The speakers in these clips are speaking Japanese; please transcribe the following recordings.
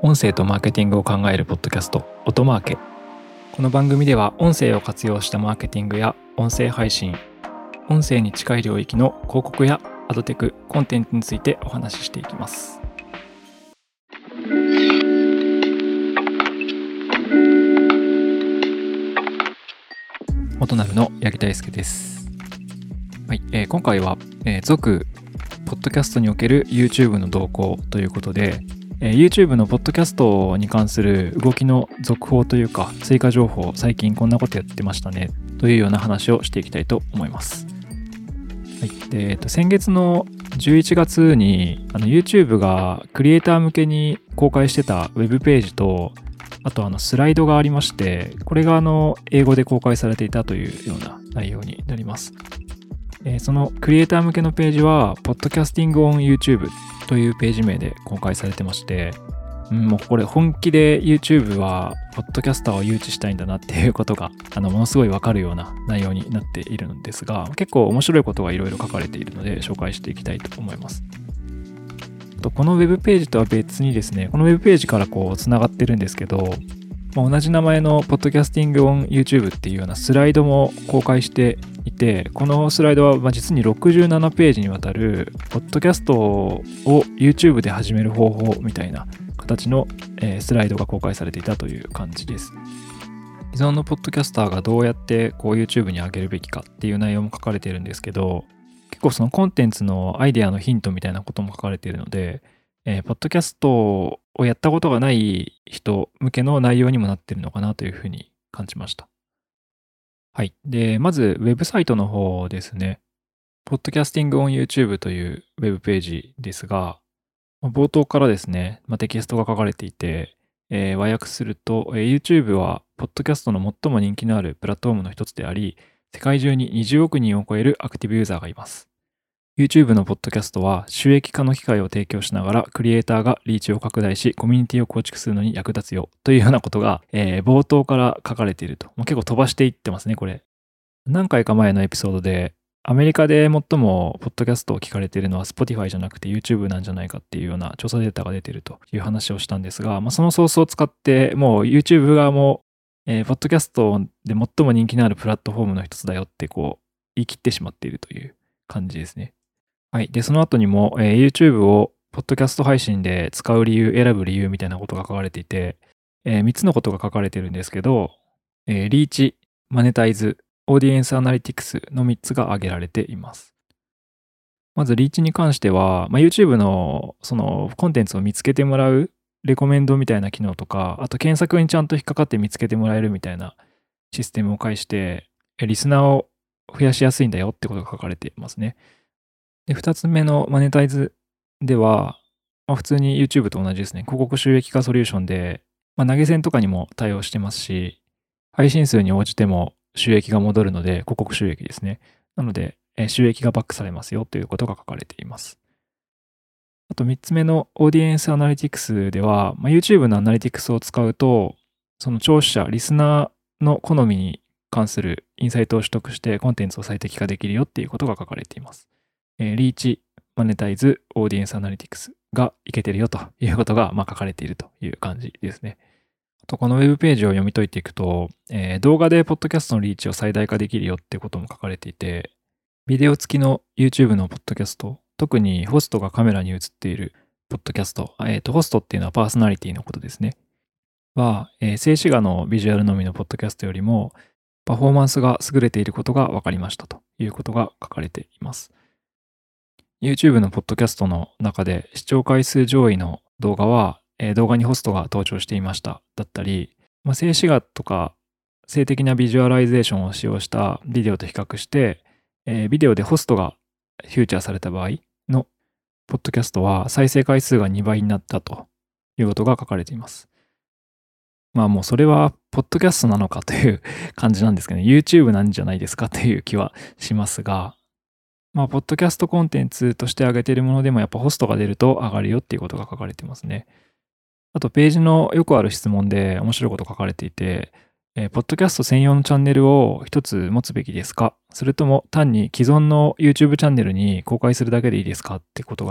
音声とマーケティングを考えるポッドキャスト音マーケ。この番組では音声を活用したマーケティングや音声配信、音声に近い領域の広告やアドテク、コンテンツについてお話ししていきます。音なるの八木大輔です。はい、今回は、続ポッドキャストにおける YouTube の動向ということで、YouTube のポッドキャストに関する動きの続報というか追加情報、最近こんなことやってましたねというような話をしていきたいと思います。はい、で先月の11月にYouTube がクリエイター向けに公開してたウェブページと、あとスライドがありまして、これが英語で公開されていたというような内容になります。そのクリエイター向けのページは Podcasting on YouTube というページ名で公開されてまして、もうこれ本気で YouTube はポッドキャスターを誘致したいんだなっていうことがものすごいわかるような内容になっているのですが、結構面白いことがいろいろ書かれているので紹介していきたいと思います。このウェブページとは別にですね、このウェブページからつながってるんですけど、同じ名前の Podcasting on YouTube っていうようなスライドも公開していて、このスライドは実に67ページにわたるポッドキャストを YouTube で始める方法みたいな形のスライドが公開されていたという感じです。既存のポッドキャスターがどうやってYouTube に上げるべきかっていう内容も書かれているんですけど、結構そのコンテンツのアイデアのヒントみたいなことも書かれているので、ポッドキャストをやったことがない人向けの内容にもなっているのかなというふうに感じました。はい。で、まずウェブサイトの方ですね。Podcasting on YouTube というウェブページですが、冒頭からですね、テキストが書かれていて、和訳すると、YouTube はポッドキャストの最も人気のあるプラットフォームの一つであり、世界中に20億人を超えるアクティブユーザーがいます。YouTube のポッドキャストは収益化の機会を提供しながらクリエイターがリーチを拡大しコミュニティを構築するのに役立つよというようなことが、冒頭から書かれていると。結構飛ばしていってますね、これ。何回か前のエピソードでアメリカで最もポッドキャストを聞かれているのは Spotify じゃなくて YouTube なんじゃないかっていうような調査データが出ているという話をしたんですが、そのソースを使ってもう YouTube 側も、ポッドキャストで最も人気のあるプラットフォームの一つだよって言い切ってしまっているという感じですね。はい。で、その後にも、YouTube をポッドキャスト配信で使う理由、選ぶ理由みたいなことが書かれていて、3つのことが書かれているんですけど、リーチ、マネタイズ、オーディエンスアナリティクスの3つが挙げられています。まずリーチに関しては、YouTube のそのコンテンツを見つけてもらうレコメンドみたいな機能とか、あと検索にちゃんと引っかかって見つけてもらえるみたいなシステムを介して、リスナーを増やしやすいんだよってことが書かれていますね。で、2つ目のマネタイズでは、普通に YouTube と同じですね。広告収益化ソリューションで、投げ銭とかにも対応してますし、配信数に応じても収益が戻るので、広告収益ですね。なので、収益がバックされますよということが書かれています。あと3つ目のオーディエンスアナリティクスでは、YouTube のアナリティクスを使うと、その聴取者、リスナーの好みに関するインサイトを取得してコンテンツを最適化できるよっていうことが書かれています。リーチ、マネタイズ、オーディエンスアナリティクスがいけてるよということが書かれているという感じですね。あとこのウェブページを読み解いていくと、動画でポッドキャストのリーチを最大化できるよっていうことも書かれていて、ビデオ付きの YouTube のポッドキャスト、特にホストがカメラに映っているポッドキャスト、ホストっていうのはパーソナリティのことですね。は、静止画のビジュアルのみのポッドキャストよりもパフォーマンスが優れていることが分かりましたということが書かれています。YouTube のポッドキャストの中で視聴回数上位の動画は、動画にホストが登場していましただったり、静止画とか静的なビジュアライゼーションを使用したビデオと比較して、ビデオでホストがフューチャーされた場合のポッドキャストは再生回数が2倍になったということが書かれています。もうそれはポッドキャストなのかという感じなんですけどね、YouTube なんじゃないですかという気はしますが、ポッドキャストコンテンツとして上げているものでもやっぱホストが出ると上がるよっていうことが書かれてますね。あとページのよくある質問で面白いこと書かれていて、ポッドキャスト専用のチャンネルを一つ持つべきですか？それとも単に既存の YouTube チャンネルに公開するだけでいいですかってことが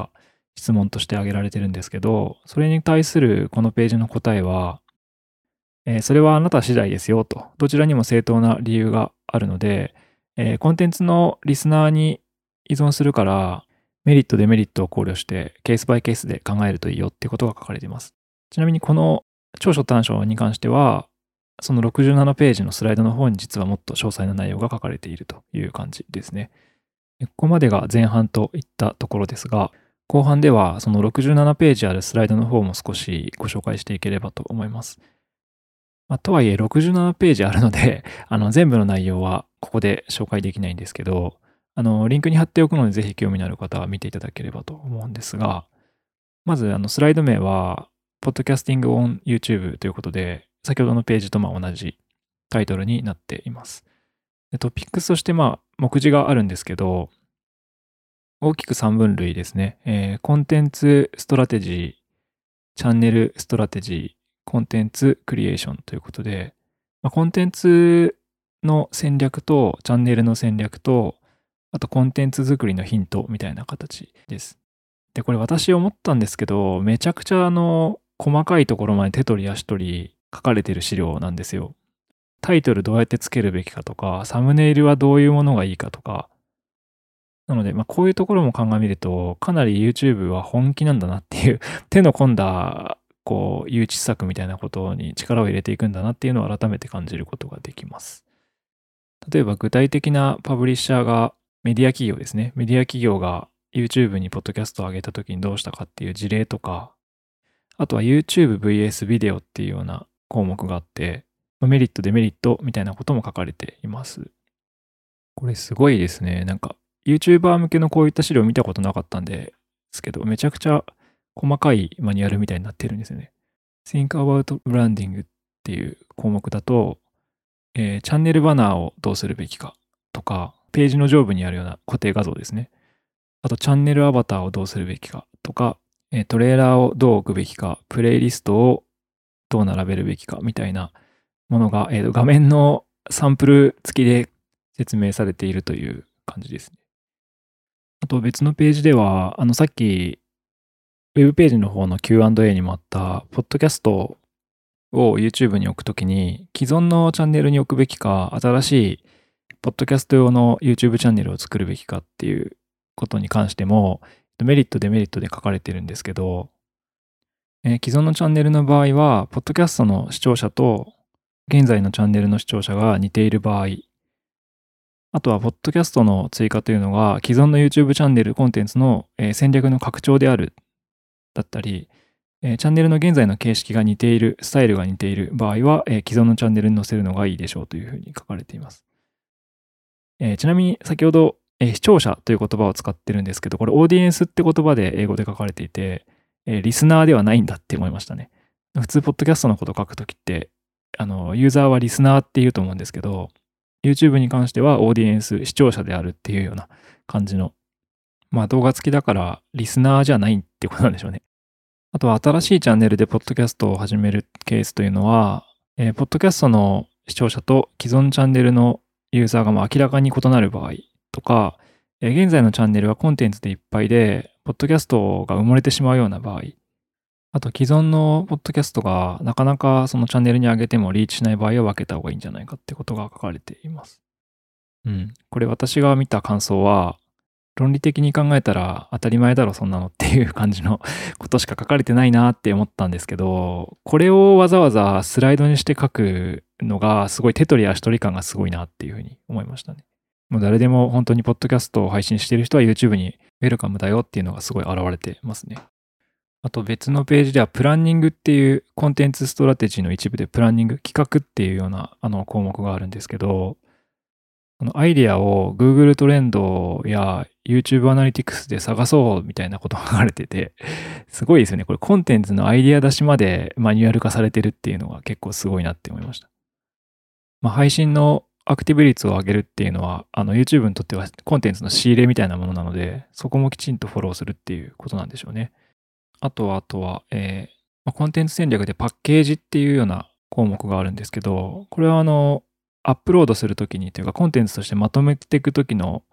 質問として挙げられてるんですけど、それに対するこのページの答えは、それはあなた次第ですよと。どちらにも正当な理由があるので、コンテンツのリスナーに依存するから、メリット、デメリットを考慮して、ケースバイケースで考えるといいよっていうことが書かれています。ちなみにこの長所短所に関しては、その67ページのスライドの方に実はもっと詳細な内容が書かれているという感じですね。ここまでが前半といったところですが、後半ではその67ページあるスライドの方も少しご紹介していければと思います。とはいえ67ページあるので、全部の内容はここで紹介できないんですけど、リンクに貼っておくのでぜひ興味のある方は見ていただければと思うんですが、まずスライド名は、Podcasting on YouTube ということで、先ほどのページと同じタイトルになっています。でトピックスとして目次があるんですけど、大きく3分類ですね。コンテンツストラテジー、チャンネルストラテジー、コンテンツクリエーションということで、コンテンツの戦略とチャンネルの戦略と、あとコンテンツ作りのヒントみたいな形です。で、これ私思ったんですけど、めちゃくちゃ細かいところまで手取り足取り書かれてる資料なんですよ。タイトルどうやってつけるべきかとか、サムネイルはどういうものがいいかとか。なので、こういうところも鑑みると、かなり YouTube は本気なんだなっていう手の込んだ、誘致策みたいなことに力を入れていくんだなっていうのを改めて感じることができます。例えば具体的なパブリッシャーが、メディア企業ですね。メディア企業が YouTube にポッドキャストを上げた時にどうしたかっていう事例とか、あとは YouTube vs ビデオっていうような項目があって、メリット、デメリットみたいなことも書かれています。これすごいですね。YouTuber 向けのこういった資料見たことなかったんですけど、めちゃくちゃ細かいマニュアルみたいになってるんですよね。Think about branding っていう項目だと、チャンネルバナーをどうするべきかとか、ページの上部にあるような固定画像ですね。あと、チャンネルアバターをどうするべきかとか、トレーラーをどう置くべきか、プレイリストをどう並べるべきかみたいなものが、画面のサンプル付きで説明されているという感じですね。あと別のページでは、さっき、ウェブページの方の Q&A にもあった、ポッドキャストを YouTube に置くときに、既存のチャンネルに置くべきか、新しいポッドキャスト用の YouTube チャンネルを作るべきかっていうことに関しても、メリット、デメリットで書かれてるんですけど、既存のチャンネルの場合は、ポッドキャストの視聴者と現在のチャンネルの視聴者が似ている場合、あとは、ポッドキャストの追加というのが、既存の YouTube チャンネルコンテンツの戦略の拡張である、だったり、チャンネルの現在の形式が似ている、スタイルが似ている場合は、既存のチャンネルに載せるのがいいでしょうというふうに書かれています。ちなみに、先ほど、視聴者という言葉を使ってるんですけど、これ、オーディエンスって言葉で英語で書かれていて、リスナーではないんだって思いましたね。普通、ポッドキャストのことを書くときって、ユーザーはリスナーって言うと思うんですけど、YouTube に関してはオーディエンス、視聴者であるっていうような感じの、動画付きだからリスナーじゃないってことなんでしょうね。あとは新しいチャンネルでポッドキャストを始めるケースというのは、ポッドキャストの視聴者と既存チャンネルのユーザーが明らかに異なる場合とか、現在のチャンネルはコンテンツでいっぱいで、ポッドキャストが埋もれてしまうような場合、あと既存のポッドキャストがなかなかそのチャンネルに上げてもリーチしない場合は分けた方がいいんじゃないかってことが書かれています。これ私が見た感想は、論理的に考えたら当たり前だろそんなのっていう感じのことしか書かれてないなって思ったんですけど、これをわざわざスライドにして書くのがすごい手取り足取り感がすごいなっていうふうに思いましたね。もう誰でも本当にポッドキャストを配信している人は YouTube にウェルカムだよっていうのがすごい現れてますね。あと別のページではプランニングっていうコンテンツストラテジーの一部でプランニング、企画っていうような項目があるんですけど、アイディアを Google トレンドや YouTube アナリティクスで探そうみたいなことが書かれてて、すごいですよね。これコンテンツのアイディア出しまでマニュアル化されてるっていうのが結構すごいなって思いました。配信のアクティブ率を上げるっていうのは、YouTube にとってはコンテンツの仕入れみたいなものなので、そこもきちんとフォローするっていうことなんでしょうね。あとは、コンテンツ戦略でパッケージっていうような項目があるんですけど、これはアップロードするときにというか、コンテンツとしてまとめていくときの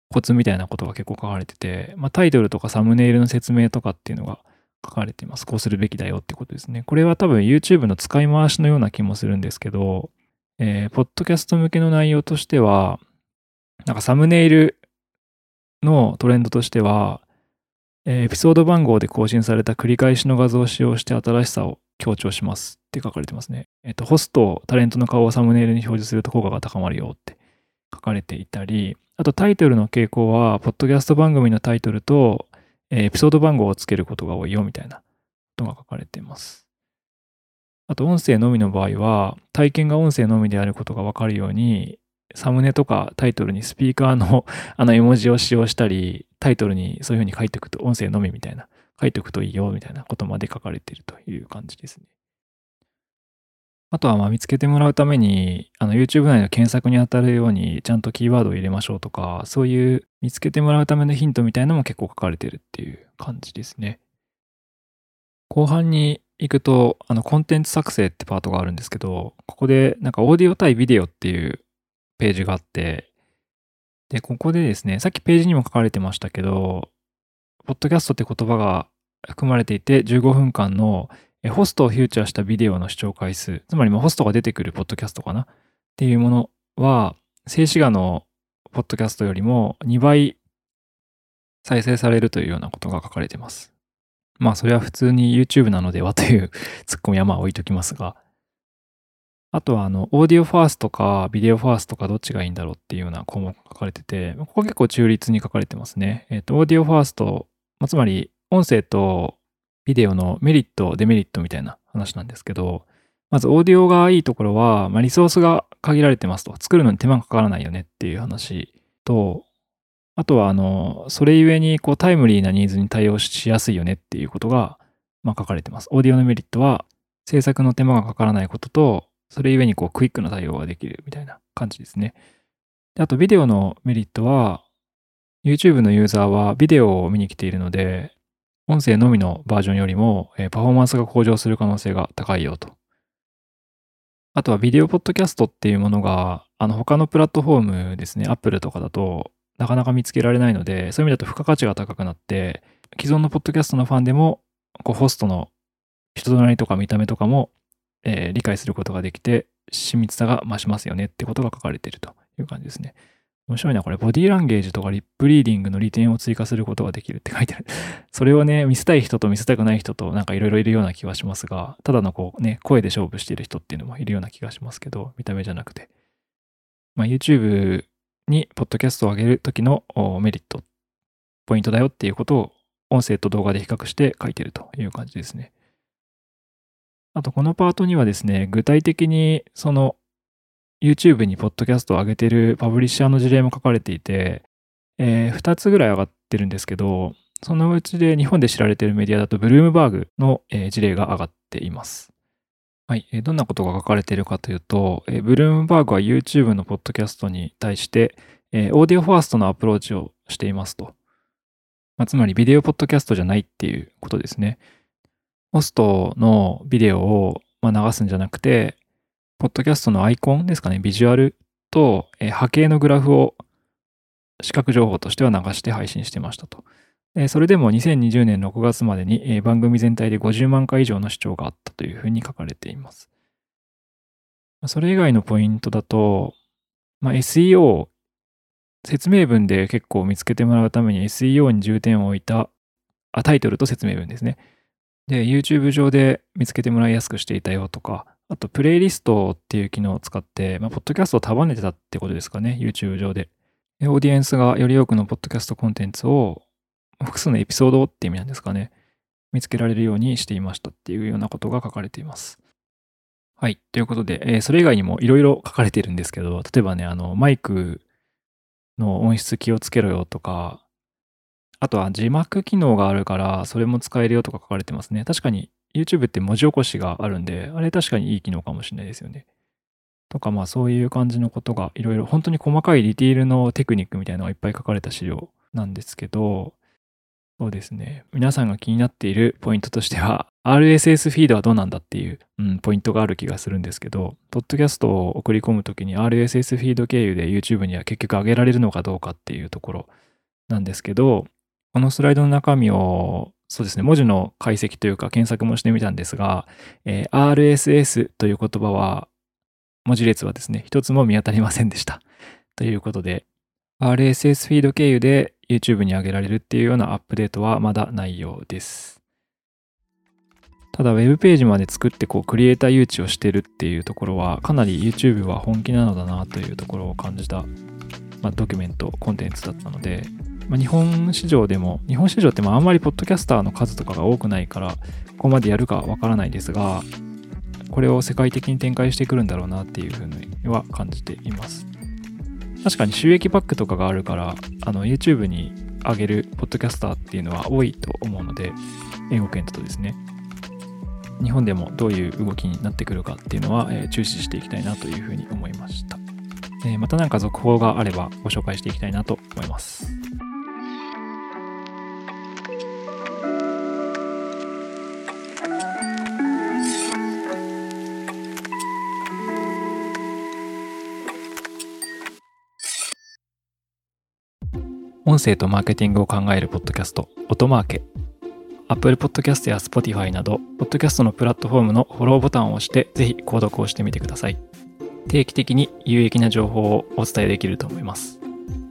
コツみたいなことが結構書かれてて、タイトルとかサムネイルの説明とかっていうのが書かれています。こうするべきだよってことですね。これは多分 YouTube の使い回しのような気もするんですけど、ポッドキャスト向けの内容としては、なんかサムネイルのトレンドとしては、エピソード番号で更新された繰り返しの画像を使用して新しさを強調しますって書かれてますね。ホスト、タレントの顔をサムネイルに表示すると効果が高まるよって書かれていたり、あとタイトルの傾向は、ポッドキャスト番組のタイトルと、エピソード番号をつけることが多いよみたいなことが書かれています。あと音声のみの場合は、体験が音声のみであることがわかるように、サムネとかタイトルにスピーカーの絵文字を使用したり、タイトルにそういうふうに書いておくと、音声のみみたいな、書いておくといいよみたいなことまで書かれているという感じですね。あとは見つけてもらうために、YouTube 内の検索に当たるようにちゃんとキーワードを入れましょうとか、そういう見つけてもらうためのヒントみたいなのも結構書かれてるっていう感じですね。後半に行くと、コンテンツ作成ってパートがあるんですけど、ここでなんかオーディオ対ビデオっていうページがあって、で、ここでですね、さっきページにも書かれてましたけど、ポッドキャストって言葉が含まれていて、15分間のホストをフューチャーしたビデオの視聴回数、つまりホストが出てくるポッドキャストかなっていうものは、静止画のポッドキャストよりも2倍再生されるというようなことが書かれています。それは普通に YouTube なのではというツッコミは置いときますが、あとはオーディオファーストかビデオファーストかどっちがいいんだろうっていうような項目が書かれてて、ここ結構中立に書かれてますね。オーディオファースト、つまり音声とビデオのメリット、デメリットみたいな話なんですけど、まずオーディオがいいところは、リソースが限られてますと。作るのに手間がかからないよねっていう話と、あとはそれゆえにタイムリーなニーズに対応しやすいよねっていうことが、書かれてます。オーディオのメリットは、制作の手間がかからないことと、それゆえにクイックな対応ができるみたいな感じですね。であと、ビデオのメリットは、YouTube のユーザーはビデオを見に来ているので、音声のみのバージョンよりも、パフォーマンスが向上する可能性が高いよと。あとはビデオポッドキャストっていうものが、他のプラットフォームですね、Apple とかだとなかなか見つけられないので、そういう意味だと付加価値が高くなって、既存のポッドキャストのファンでも、ホストの人となりとか見た目とかも、理解することができて、親密さが増しますよねってことが書かれているという感じですね。面白いな、これ。ボディーランゲージとかリップリーディングの利点を追加することができるって書いてある。それをね、見せたい人と見せたくない人となんかいろいろいるような気がしますが、ただの声で勝負している人っていうのもいるような気がしますけど、見た目じゃなくて。YouTube にポッドキャストを上げるときのメリット、ポイントだよっていうことを音声と動画で比較して書いているという感じですね。あと、このパートにはですね、具体的にYouTube にポッドキャストを上げているパブリッシャーの事例も書かれていて、2つぐらい上がってるんですけど、そのうちで日本で知られているメディアだとブルームバーグの事例が上がっています。はい。どんなことが書かれているかというと、ブルームバーグは YouTube のポッドキャストに対して、オーディオファーストのアプローチをしていますと。つまりビデオポッドキャストじゃないっていうことですね。ホストのビデオを流すんじゃなくて、ポッドキャストのアイコンですかね、ビジュアルと波形のグラフを視覚情報としては流して配信してましたと。それでも2020年6月までに番組全体で50万回以上の視聴があったというふうに書かれています。それ以外のポイントだと、SEO、説明文で結構見つけてもらうために SEO に重点を置いた、タイトルと説明文ですね。で、YouTube 上で見つけてもらいやすくしていたよとか、あと、プレイリストっていう機能を使って、ポッドキャストを束ねてたってことですかね、YouTube 上で。オーディエンスがより多くのポッドキャストコンテンツを、複数のエピソードって意味なんですかね、見つけられるようにしていましたっていうようなことが書かれています。はい。ということで、それ以外にもいろいろ書かれているんですけど、例えばね、マイクの音質気をつけろよとか、あとは字幕機能があるから、それも使えるよとか書かれてますね。確かに YouTube って文字起こしがあるんで、あれ確かにいい機能かもしれないですよね。とか、そういう感じのことがいろいろ、本当に細かいディティールのテクニックみたいなのがいっぱい書かれた資料なんですけど、そうですね。皆さんが気になっているポイントとしては、 RSS フィードはどうなんだっていう、ポイントがある気がするんですけど、ポッドキャストを送り込むときに RSS フィード経由で YouTube には結局上げられるのかどうかっていうところなんですけど、このスライドの中身をそうですね、文字の解析というか検索もしてみたんですが、RSS という言葉は、文字列はですね、一つも見当たりませんでした。ということで、RSS フィード経由で YouTube に上げられるっていうようなアップデートはまだないようです。ただ、ウェブページまで作ってクリエイター誘致をしてるっていうところは、かなり YouTube は本気なのだなというところを感じた、ドキュメント、コンテンツだったので、日本市場ってあんまりポッドキャスターの数とかが多くないから、ここまでやるかわからないですが、これを世界的に展開してくるんだろうなっていうふうには感じています。確かに収益バックとかがあるから、YouTube に上げるポッドキャスターっていうのは多いと思うので、英語圏だとですね、日本でもどういう動きになってくるかっていうのは、注視していきたいなというふうに思いました。また何か続報があればご紹介していきたいなと思います。音声とマーケティングを考えるポッドキャスト、音マーケ。Apple Podcast や Spotify など、ポッドキャストのプラットフォームのフォローボタンを押して、ぜひ購読をしてみてください。定期的に有益な情報をお伝えできると思います。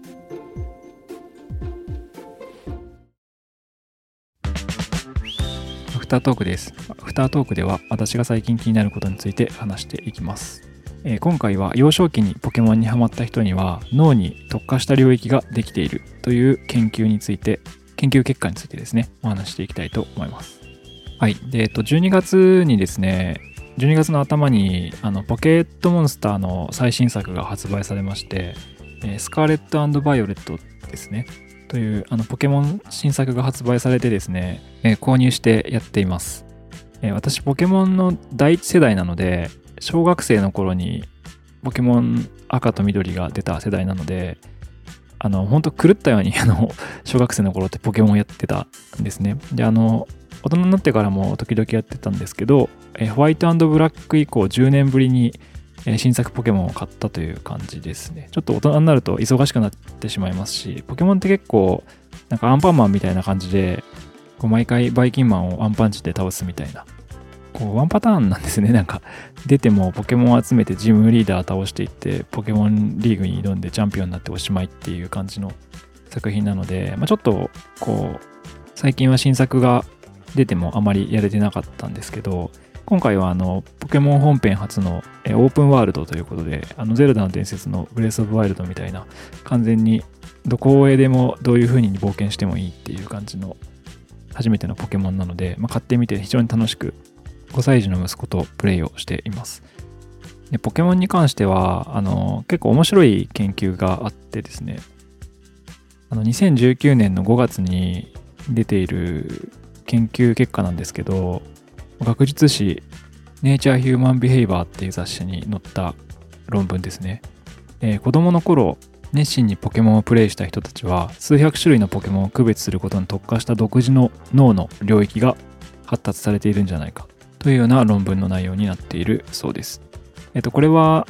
アフタートークです。アフタートークでは、私が最近気になることについて話していきます。今回は幼少期にポケモンにハマった人には脳に特化した領域ができているという研究結果についてですね、お話していきたいと思います。はい。で、12月にですね、12月の頭にポケットモンスターの最新作が発売されまして、スカーレット&バイオレットですね、というポケモン新作が発売されてですね、購入してやっています。私ポケモンの第一世代なので、小学生の頃にポケモン赤と緑が出た世代なので、本当狂ったように小学生の頃ってポケモンやってたんですね。で、大人になってからも時々やってたんですけど、ホワイト&ブラック以降10年ぶりに新作ポケモンを買ったという感じですね。ちょっと大人になると忙しくなってしまいますし、ポケモンって結構なんかアンパンマンみたいな感じで、毎回バイキンマンをアンパンチで倒すみたいな、ワンパターンなんですね。なんか出てもポケモンを集めてジムリーダー倒していって、ポケモンリーグに挑んでチャンピオンになっておしまいっていう感じの作品なので、ちょっと最近は新作が出てもあまりやれてなかったんですけど、今回はポケモン本編初のオープンワールドということで、ゼルダの伝説のブレスオブワイルドみたいな、完全にどこへでもどういう風に冒険してもいいっていう感じの初めてのポケモンなので、買ってみて非常に楽しく5歳児の息子とプレイをしています。でポケモンに関しては結構面白い研究があってですね、2019年の5月に出ている研究結果なんですけど、学術誌ネイチャー・ヒューマン・ビヘイバーっていう雑誌に載った論文ですね。子供の頃熱心にポケモンをプレイした人たちは数百種類のポケモンを区別することに特化した独自の脳の領域が発達されているんじゃないかというような論文の内容になっているそうです。これは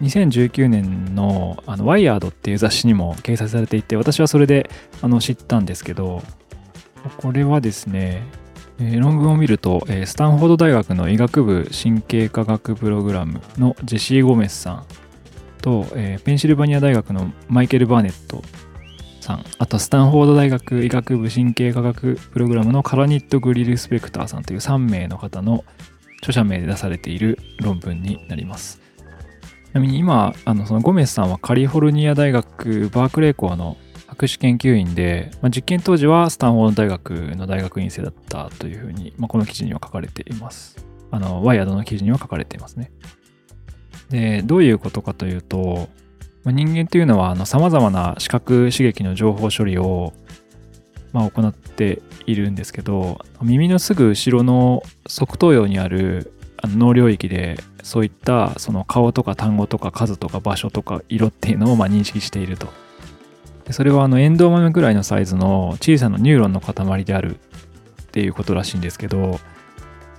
2019年のワイヤードっていう雑誌にも掲載されていて、私はそれで知ったんですけど、これはですね、論文を見ると、スタンフォード大学の医学部神経科学プログラムのジェシー・ゴメスさんと、ペンシルバニア大学のマイケル・バーネットさん、あとスタンフォード大学医学部神経科学プログラムのカラニット・グリル・スペクターさんという3名の方の著者名で出されている論文になります。ちなみに今そのゴメスさんはカリフォルニア大学バークレー校の博士研究員で、実験当時はスタンフォード大学の大学院生だったというふうに、この記事には書かれています。ワイヤードの記事には書かれていますね。で、どういうことかというと、人間というのは様々な視覚刺激の情報処理を、行っているんですけど、耳のすぐ後ろの側頭葉にある脳領域で、そういったその顔とか単語とか数とか場所とか色っていうのを認識していると。でそれはエンドウ豆ぐらいのサイズの小さなニューロンの塊であるっていうことらしいんですけど、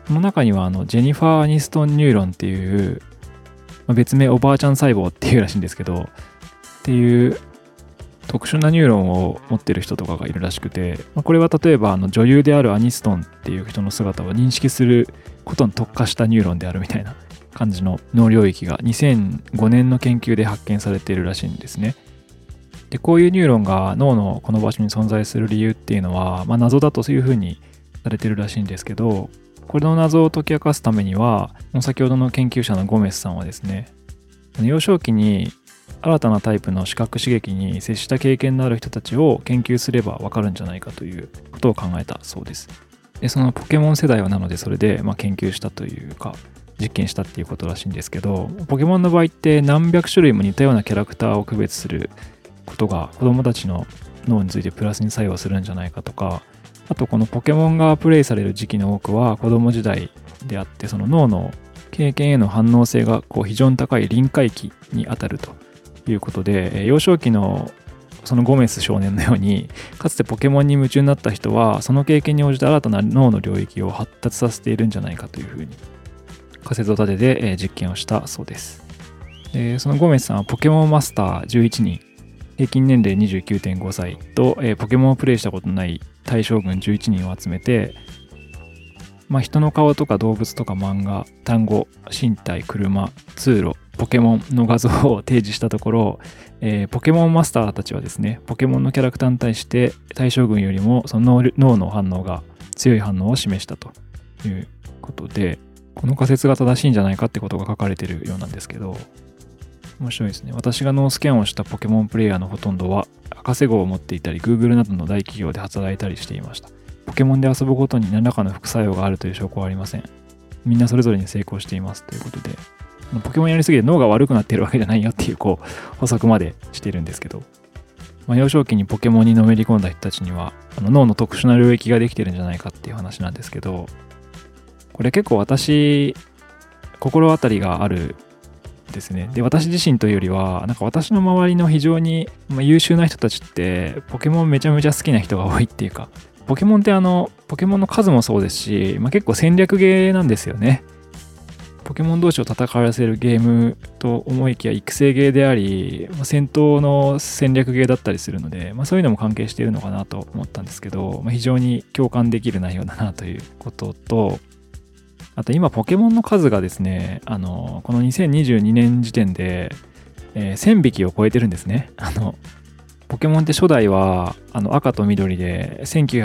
その中にはジェニファー・アニストン・ニューロンっていう、別名おばあちゃん細胞っていうらしいんですけど、っていう特殊なニューロンを持ってる人とかがいるらしくて、これは例えば女優であるアニストンっていう人の姿を認識することに特化したニューロンであるみたいな感じの脳領域が2005年の研究で発見されているらしいんですね。で、こういうニューロンが脳のこの場所に存在する理由っていうのは、謎だとそういうふうにされてるらしいんですけど、これの謎を解き明かすためには、先ほどの研究者のゴメスさんはですね、幼少期に新たなタイプの視覚刺激に接した経験のある人たちを研究すればわかるんじゃないかということを考えたそうです。で、そのポケモン世代はなのでそれで研究したというか実験したっていうことらしいんですけど、ポケモンの場合って何百種類も似たようなキャラクターを区別することが子供たちの脳についてプラスに作用するんじゃないかとか、あとこのポケモンがプレイされる時期の多くは子供時代であって、その脳の経験への反応性が非常に高い臨界期にあたるということで、幼少期のそのゴメス少年のようにかつてポケモンに夢中になった人はその経験に応じて新たな脳の領域を発達させているんじゃないかというふうに仮説を立てて実験をしたそうです。で、そのゴメスさんはポケモンマスター11人、平均年齢 29.5 歳と、ポケモンをプレイしたことのない対象群11人を集めて、人の顔とか動物とか漫画、単語、身体、車、通路、ポケモンの画像を提示したところ、ポケモンマスターたちはですね、ポケモンのキャラクターに対して対象群よりもその脳の反応が強い反応を示したということで、この仮説が正しいんじゃないかってことが書かれているようなんですけど、面白いですね。私が脳スキャンをしたポケモンプレイヤーのほとんどは博士号を持っていたり Google などの大企業で働いたりしていました。ポケモンで遊ぶことに何らかの副作用があるという証拠はありません。みんなそれぞれに成功していますということで、ポケモンやりすぎて脳が悪くなっているわけじゃないよっていう補足までしているんですけど、幼少期にポケモンにのめり込んだ人たちには脳の特殊な領域ができてるんじゃないかっていう話なんですけど、これ結構私心当たりがあるですね。で、私自身というよりは私の周りの非常に優秀な人たちってポケモンめちゃめちゃ好きな人が多いっていうか、ポケモンってポケモンの数もそうですし、結構戦略ゲーなんですよね。ポケモン同士を戦わせるゲームと思いきや育成ゲーであり、戦闘の戦略ゲーだったりするので、そういうのも関係しているのかなと思ったんですけど、非常に共感できる内容だなということと、あと今ポケモンの数がですね、この2022年時点で、1000匹を超えてるんですね。ポケモンって初代は赤と緑で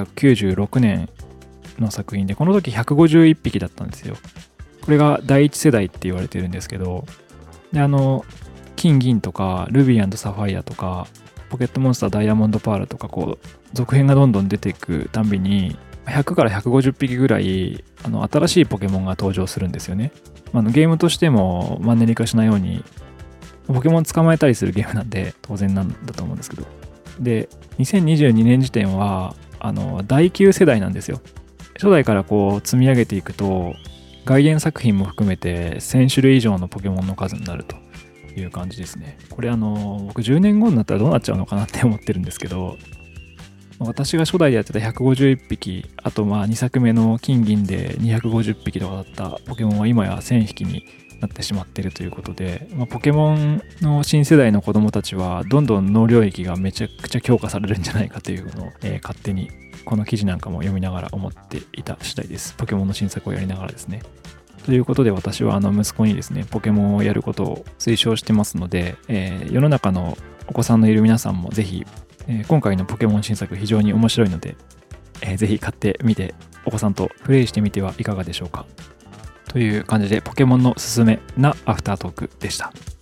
1996年の作品で、この時151匹だったんですよ。これが第一世代って言われてるんですけど、で金銀とかルビー&サファイアとかポケットモンスターダイヤモンドパールとか続編がどんどん出ていくたんびに100から150匹ぐらい新しいポケモンが登場するんですよね。ゲームとしてもマンネリ化しないようにポケモン捕まえたりするゲームなんで当然なんだと思うんですけど、で2022年時点は第9世代なんですよ。初代から積み上げていくと外伝作品も含めて1000種類以上のポケモンの数になるという感じですね。これ僕10年後になったらどうなっちゃうのかなって思ってるんですけど、私が初代でやってた151匹、あと2作目の金銀で250匹とかだったポケモンは今や1000匹になってしまっているということで、ポケモンの新世代の子供たちはどんどん脳領域がめちゃくちゃ強化されるんじゃないかというのを、勝手にこの記事なんかも読みながら思っていた次第です。ポケモンの新作をやりながらですね。ということで私は息子にですね、ポケモンをやることを推奨してますので、世の中のお子さんのいる皆さんもぜひ、今回のポケモン新作非常に面白いので、ぜひ買ってみてお子さんとプレイしてみてはいかがでしょうか。という感じでポケモンのおすすめなアフタートークでした。